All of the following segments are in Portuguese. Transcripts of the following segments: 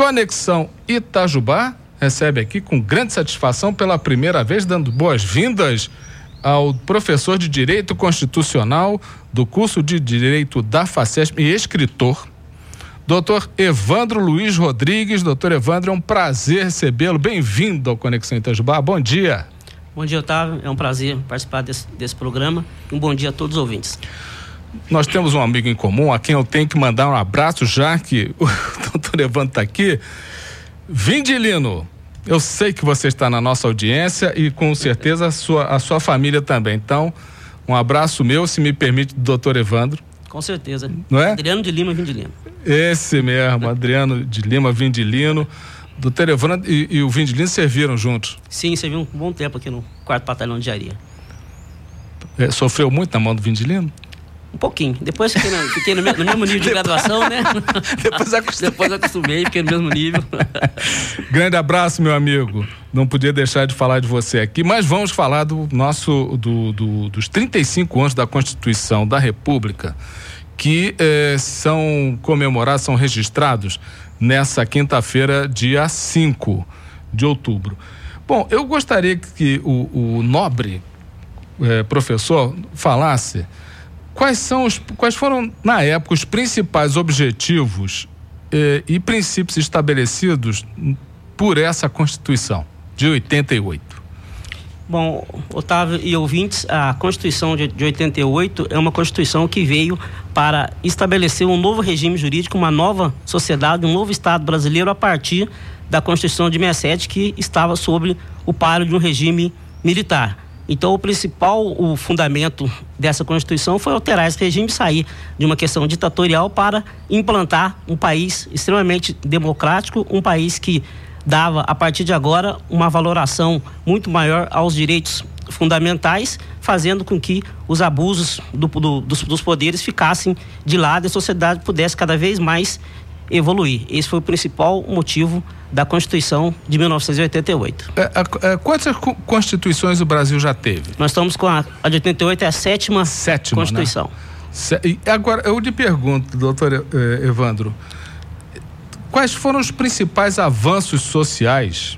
Conexão Itajubá recebe aqui com grande satisfação pela primeira vez, dando boas-vindas ao professor de Direito Constitucional do curso de Direito da Facesp e escritor, Dr. Evandro Luiz Rodrigues. Dr. Evandro, é um prazer recebê-lo. Bem-vindo ao Conexão Itajubá. Bom dia. Bom dia, Otávio. É um prazer participar desse programa. Um bom dia a todos os ouvintes. Nós temos um amigo em comum a quem eu tenho que mandar um abraço, já que o Dr. Evandro está aqui. Vindilino, eu sei que você está na nossa audiência e com certeza a sua família também. Então, um abraço meu, se me permite, Dr. Evandro. Com certeza. Não é? Adriano de Lima Vindilino. Esse mesmo, Adriano de Lima Vindilino. Dr. Evandro e o Vindilino serviram juntos? Sim, serviu um bom tempo aqui no 4º Batalhão de Engenharia. Sofreu muito na mão do Vindilino? Um pouquinho. Depois fiquei no mesmo nível de graduação, né? Depois acostumei, fiquei no mesmo nível. Grande abraço, meu amigo. Não podia deixar de falar de você aqui, mas vamos falar dos 35 anos da Constituição da República, que são comemorados, são registrados nessa quinta-feira, dia 5 de outubro. Bom, eu gostaria que o nobre professor falasse quais foram, na época, os principais objetivos e princípios estabelecidos por essa Constituição de 88. Bom, Otávio e ouvintes, a Constituição de 88 é uma Constituição que veio para estabelecer um novo regime jurídico, uma nova sociedade, um novo Estado brasileiro a partir da Constituição de 67, que estava sob o paro de um regime militar. Então, o fundamento dessa Constituição foi alterar esse regime, sair de uma questão ditatorial para implantar um país extremamente democrático, um país que dava, a partir de agora, uma valoração muito maior aos direitos fundamentais, fazendo com que os abusos dos poderes ficassem de lado e a sociedade pudesse cada vez mais evoluir. Esse foi o principal motivo da Constituição de 1988. Quantas constituições o Brasil já teve? Nós estamos com a de 88, é a sétima Constituição. Né? Agora, eu lhe pergunto, doutor Evandro, quais foram os principais avanços sociais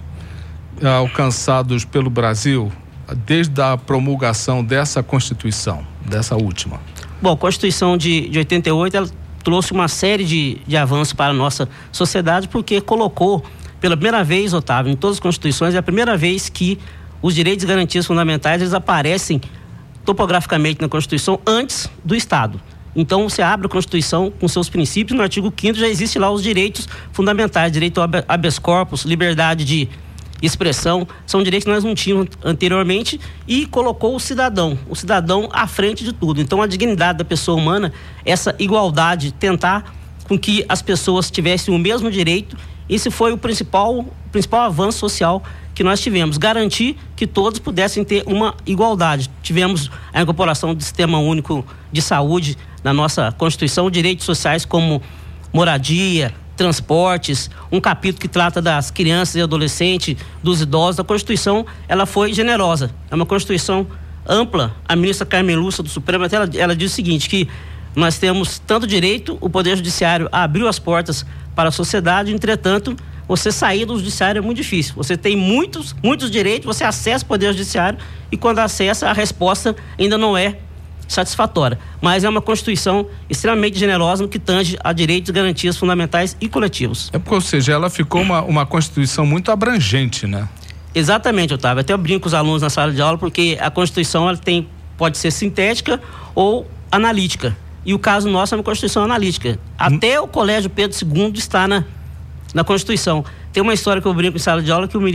alcançados pelo Brasil desde a promulgação dessa Constituição, dessa última? Bom, a Constituição de 88, ela trouxe uma série de avanços para a nossa sociedade, porque colocou, pela primeira vez, Otávio, em todas as Constituições, é a primeira vez que os direitos e garantias fundamentais, eles aparecem topograficamente na Constituição antes do Estado. Então, você abre a Constituição com seus princípios, no artigo 5º já existe lá os direitos fundamentais, direito ao habeas corpus, liberdade de expressão, são direitos que nós não tínhamos anteriormente, e colocou o cidadão à frente de tudo. Então, a dignidade da pessoa humana, essa igualdade, tentar com que as pessoas tivessem o mesmo direito, esse foi o principal avanço social que nós tivemos, garantir que todos pudessem ter uma igualdade. Tivemos a incorporação do Sistema Único de Saúde na nossa Constituição, direitos sociais como moradia, transportes, um capítulo que trata das crianças e adolescentes, dos idosos. A Constituição, ela foi generosa, é uma Constituição ampla. A ministra Carmen Lúcia do Supremo, ela diz o seguinte, que nós temos tanto direito, o Poder Judiciário abriu as portas para a sociedade, entretanto, você sair do judiciário é muito difícil. Você tem muitos direitos, você acessa o Poder Judiciário e quando acessa, a resposta ainda não é satisfatória. Mas é uma Constituição extremamente generosa no que tange a direitos e garantias fundamentais e coletivos. Ou seja, ela ficou uma Constituição muito abrangente, né? Exatamente, Otávio. Até eu brinco com os alunos na sala de aula, porque a Constituição ela pode ser sintética ou analítica. E o caso nosso é uma Constituição analítica. Até o Colégio Pedro II está na Constituição. Tem uma história que eu brinco em sala de aula que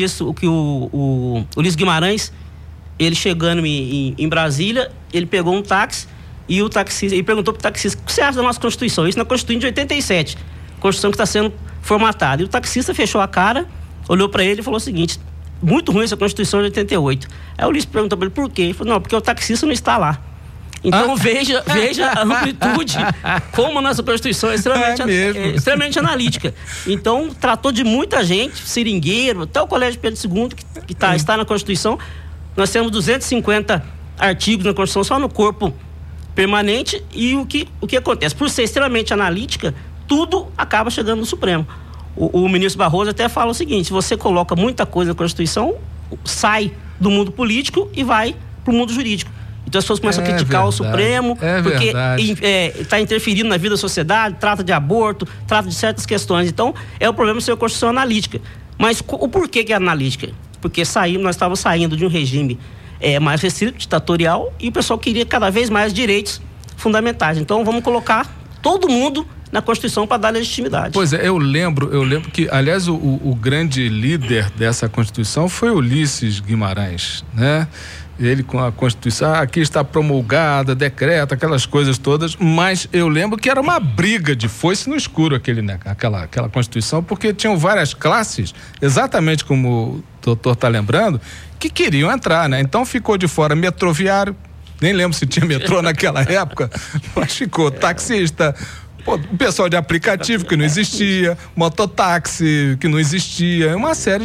o Ulisses Guimarães, ele chegando em Brasília, ele pegou um táxi e o taxista, ele perguntou pro taxista: o que você acha da nossa Constituição? Isso na Constituição de 87, Constituição que está sendo formatada. E o taxista fechou a cara, olhou para ele e falou o seguinte: muito ruim essa Constituição de 88. Aí o Ulisses perguntou para ele por quê? Ele falou: não, porque o taxista não está lá. Então veja a amplitude, como a nossa Constituição é extremamente analítica. Então tratou de muita gente, seringueiro, até o Colégio Pedro II que está na Constituição. Nós temos 250 artigos na Constituição só no corpo permanente, e o que acontece? Por ser extremamente analítica, tudo acaba chegando no Supremo. O ministro Barroso até fala o seguinte: se você coloca muita coisa na Constituição, sai do mundo político e vai para o mundo jurídico. Então as pessoas começam a criticar o Supremo, porque está interferindo na vida da sociedade, trata de aborto, trata de certas questões. Então, é o problema de ser a Constituição analítica. Mas o porquê que é analítica? Porque nós estávamos saindo de um regime mais restrito, ditatorial, e o pessoal queria cada vez mais direitos fundamentais. Então, vamos colocar todo mundo na Constituição para dar legitimidade. Pois é, eu lembro que, aliás, o grande líder dessa Constituição foi Ulisses Guimarães, né? Ele com a Constituição, aqui está promulgada, decreta, aquelas coisas todas, mas eu lembro que era uma briga de foice no escuro aquela Constituição, porque tinham várias classes, exatamente como o doutor está lembrando, que queriam entrar, né? Então ficou de fora metroviário, nem lembro se tinha metrô naquela época, mas ficou taxista, o pessoal de aplicativo que não existia, mototáxi que não existia, uma série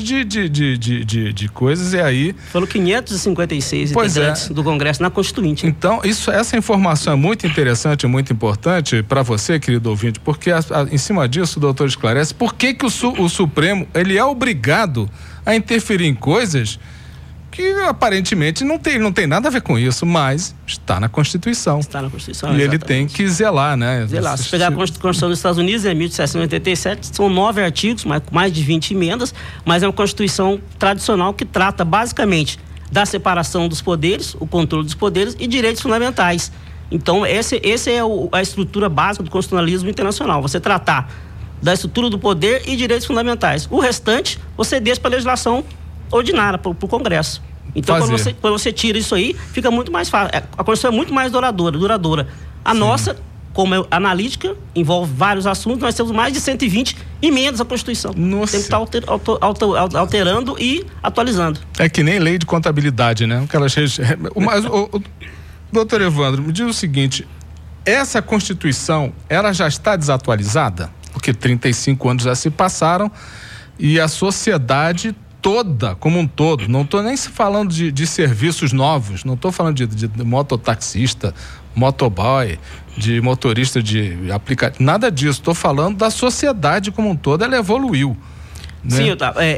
de coisas, e aí... Foram 556 integrantes do Congresso na Constituinte. Então, essa informação é muito interessante, muito importante para você, querido ouvinte, porque em cima disso o doutor esclarece por que o Supremo, ele é obrigado a interferir em coisas que aparentemente não tem nada a ver com isso, mas está na Constituição. Está na Constituição, e exatamente. ele tem que zelar, né? Zelar. Se pegar a Constituição dos Estados Unidos, é 1787, são 9 artigos, mais de 20 emendas, mas é uma Constituição tradicional que trata basicamente da separação dos poderes, o controle dos poderes e direitos fundamentais. Então, esse é a estrutura básica do constitucionalismo internacional, você tratar da estrutura do poder e direitos fundamentais. O restante, você deixa para a legislação ordinária, para o Congresso. Então, quando você tira isso aí, fica muito mais fácil. A Constituição é muito mais duradoura. A nossa, como é analítica, envolve vários assuntos, nós temos mais de 120 emendas à Constituição. Nossa. Tem que estar alterando e atualizando. É que nem lei de contabilidade, né? Mas, doutor Evandro, me diz o seguinte, essa Constituição, ela já está desatualizada? Porque 35 anos já se passaram e a sociedade toda, como um todo, não estou nem falando de serviços novos, não estou falando de mototaxista, motoboy, de motorista de aplicativo, nada disso, estou falando da sociedade como um todo, ela evoluiu, né? Sim,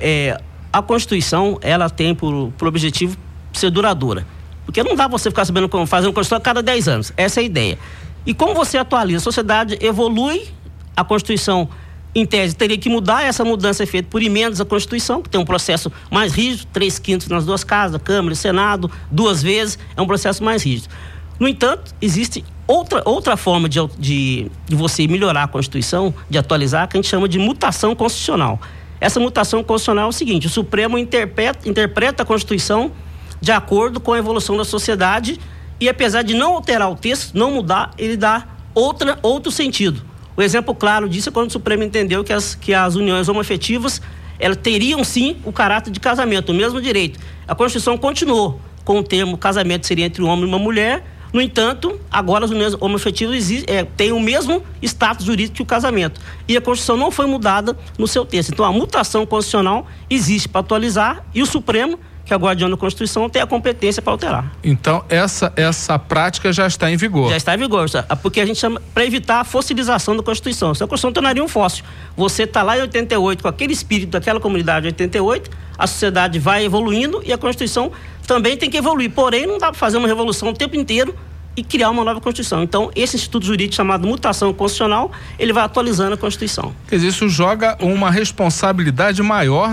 a Constituição, ela tem por objetivo ser duradoura, porque não dá você ficar sabendo como fazer uma Constituição a cada 10 anos, essa é a ideia. E como você atualiza, a sociedade evolui, a Constituição, em tese, teria que mudar. Essa mudança é feita por emendas à Constituição, que tem um processo mais rígido, 3/5 nas duas casas, Câmara e Senado, 2 vezes, é um processo mais rígido. No entanto, existe outra forma de você melhorar a Constituição, de atualizar, que a gente chama de mutação constitucional. Essa mutação constitucional é o seguinte: o Supremo interpreta a Constituição de acordo com a evolução da sociedade e, apesar de não alterar o texto, não mudar, ele dá outro sentido. O exemplo claro disso é quando o Supremo entendeu que as uniões homoafetivas, elas teriam sim o caráter de casamento, o mesmo direito. A Constituição continuou com o termo casamento seria entre um homem e uma mulher. No entanto, agora as uniões homoafetivas têm o mesmo status jurídico que o casamento. E a Constituição não foi mudada no seu texto. Então, a mutação constitucional existe para atualizar e o Supremo, que é o guardião da Constituição, tem a competência para alterar. Então, essa prática já está em vigor. Já está em vigor, porque a gente chama para evitar a fossilização da Constituição. Se a Constituição tornaria um fóssil. Você está lá em 88, com aquele espírito daquela comunidade de 88, a sociedade vai evoluindo e a Constituição também tem que evoluir. Porém, não dá para fazer uma revolução o tempo inteiro e criar uma nova Constituição. Então, esse instituto jurídico chamado mutação constitucional, ele vai atualizando a Constituição. Quer dizer, isso joga uma responsabilidade maior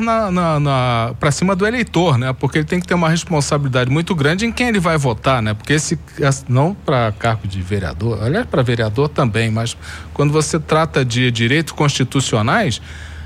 para cima do eleitor, né? Porque ele tem que ter uma responsabilidade muito grande em quem ele vai votar, né? Porque não para cargo de vereador, aliás, para vereador também, mas quando você trata de direitos constitucionais,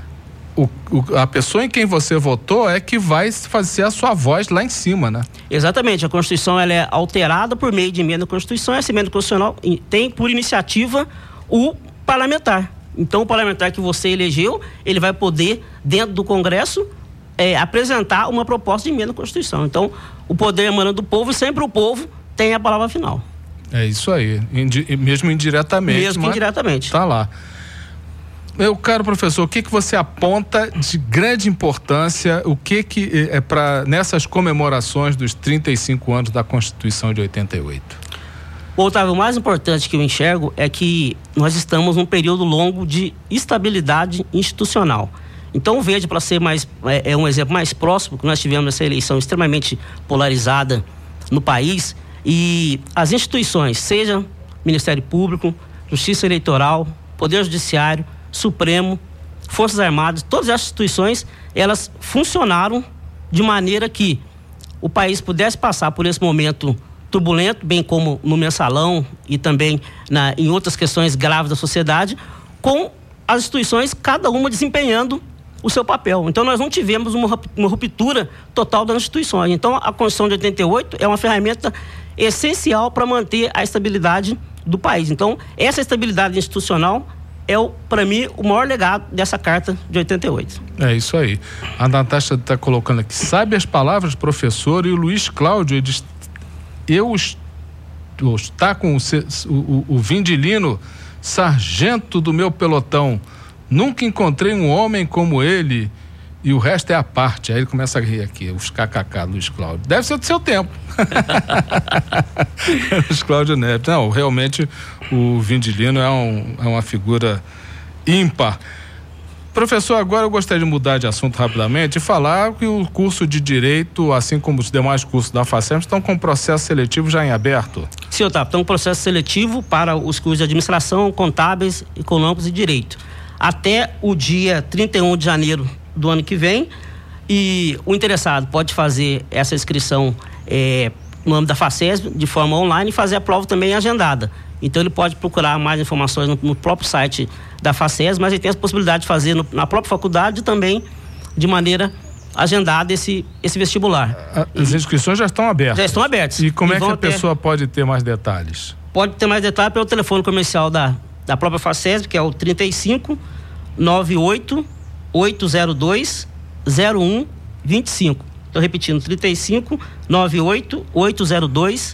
a pessoa em quem você votou é que vai fazer a sua voz lá em cima, né? Exatamente, a Constituição ela é alterada por meio de emenda à Constituição, essa emenda constitucional tem por iniciativa o parlamentar. Então o parlamentar que você elegeu, ele vai poder, dentro do Congresso, apresentar uma proposta de emenda à Constituição. Então o poder emana do povo e sempre o povo tem a palavra final. É isso aí, mesmo indiretamente. Mesmo indiretamente. Tá lá. Meu caro professor, o que você aponta de grande importância, o que é nessas comemorações dos 35 anos da Constituição de 88? Otávio, o mais importante que eu enxergo é que nós estamos num período longo de estabilidade institucional. Então o verde, para ser um exemplo mais próximo, que nós tivemos essa eleição extremamente polarizada no país, e as instituições, seja Ministério Público, Justiça Eleitoral, Poder Judiciário, Supremo, Forças Armadas, todas as instituições, elas funcionaram de maneira que o país pudesse passar por esse momento turbulento, bem como no mensalão e também em outras questões graves da sociedade, com as instituições, cada uma desempenhando o seu papel. Então nós não tivemos uma ruptura total das instituições. Então a Constituição de 88 é uma ferramenta essencial para manter a estabilidade do país. Então essa estabilidade institucional é, para mim, o maior legado dessa Carta de 88. É isso aí. A Natasha está colocando aqui, sabe as palavras do professor, e o Luiz Cláudio, ele diz, eu está com o Vindilino, sargento do meu pelotão. Nunca encontrei um homem como ele e o resto é a parte. Aí ele começa a rir aqui, os kkk, Luiz Cláudio. Deve ser do seu tempo. Luiz Cláudio Neves. Não, realmente o Vindilino é uma figura ímpar. Professor, agora eu gostaria de mudar de assunto rapidamente e falar que o curso de Direito, assim como os demais cursos da FACESP, estão com processo seletivo já em aberto? Sim, Otávio, estão com processo seletivo para os cursos de Administração, Contábeis, Econômicos e Direito. Até o dia 31 de janeiro do ano que vem, e o interessado pode fazer essa inscrição no âmbito da FACESP de forma online e fazer a prova também agendada. Então ele pode procurar mais informações no próprio site da FACESP, mas ele tem a possibilidade de fazer na própria faculdade também de maneira agendada esse vestibular. As inscrições já estão abertas? Já estão abertas. E como é que a pessoa pode ter mais detalhes? Pode ter mais detalhes pelo telefone comercial da própria FACESP, que é o 35 98 802 0125. Estou repetindo, 35 98 802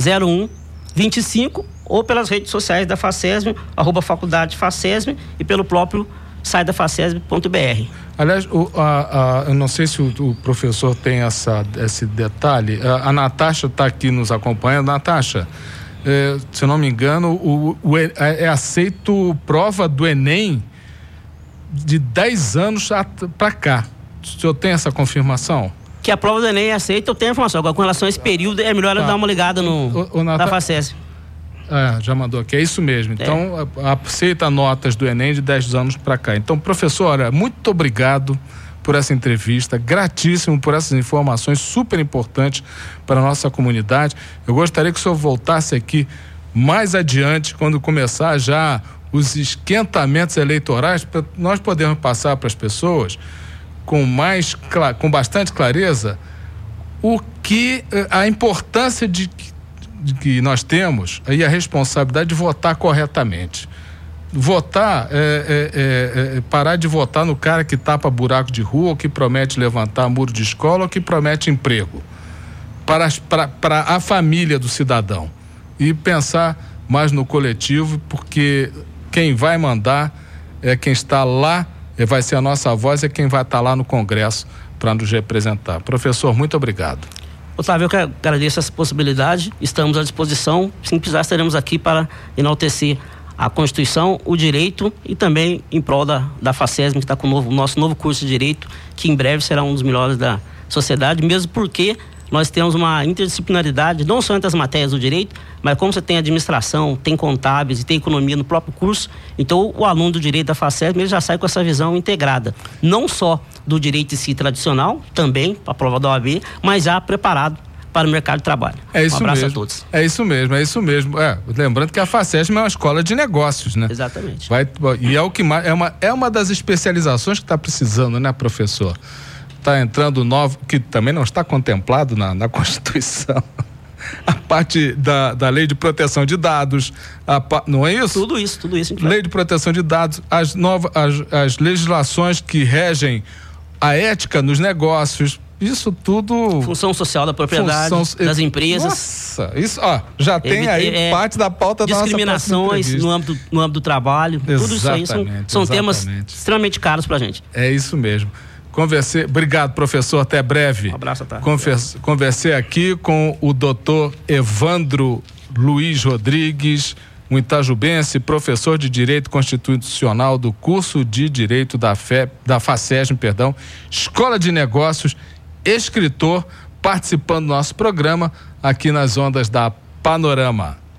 0125, ou pelas redes sociais da FACESP, @faculdade FACESP, e pelo próprio site da FACESP.br. Aliás, eu não sei se o professor tem esse detalhe. A Natasha está aqui nos acompanhando. Natasha, se eu não me engano, é aceito prova do Enem de 10 anos para cá. O senhor tem essa confirmação? Que a prova do Enem é aceita, eu tenho a informação. Agora, com relação a esse período, é melhor dar uma ligada na FACESP. Já mandou aqui, é isso mesmo. Então, aceita notas do Enem de 10 anos para cá. Então, professora, muito obrigado por essa entrevista, gratíssimo por essas informações super importantes para a nossa comunidade. Eu gostaria que o senhor voltasse aqui mais adiante, quando começar já os esquentamentos eleitorais, para nós podermos passar para as pessoas com bastante clareza a importância de que nós temos e a responsabilidade de votar corretamente. Votar parar de votar no cara que tapa buraco de rua, ou que promete levantar muro de escola, ou que promete emprego para a família do cidadão, e pensar mais no coletivo, porque quem vai mandar é quem está lá, vai ser a nossa voz, é quem vai estar lá no Congresso para nos representar. Professor, muito obrigado. Otávio, eu que agradeço essa possibilidade, estamos à disposição, se precisar estaremos aqui para enaltecer a Constituição, o direito, e também em prol da FACESP, que está com o nosso novo curso de Direito, que em breve será um dos melhores da sociedade, mesmo porque nós temos uma interdisciplinaridade, não só entre as matérias do direito, mas como você tem administração, tem contábeis e tem economia no próprio curso, então o aluno do direito da FACESP, ele já sai com essa visão integrada, não só do direito em si tradicional, também para a prova da OAB, mas já preparado para o mercado de trabalho. Um abraço a todos. É isso mesmo. Lembrando que a FACESP é uma escola de negócios, né? Exatamente. E é o que mais, é uma das especializações que está precisando, né, professor? Está entrando novo, que também não está contemplado na Constituição, a parte da Lei de Proteção de Dados, não é isso? Tudo isso. Lei de Proteção de Dados, as legislações que regem a ética nos negócios, isso tudo... Função social da propriedade, das empresas. Nossa, isso, já tem aí parte da pauta da nossa discriminações no âmbito do trabalho, tudo isso aí são temas extremamente caros pra gente. É isso mesmo. Obrigado, professor, até breve. Um abraço, tá? Conversei aqui com o doutor Evandro Luiz Rodrigues, um itajubense, professor de Direito Constitucional do curso de Direito da FACESM, Escola de Negócios, escritor, participando do nosso programa aqui nas ondas da Panorama.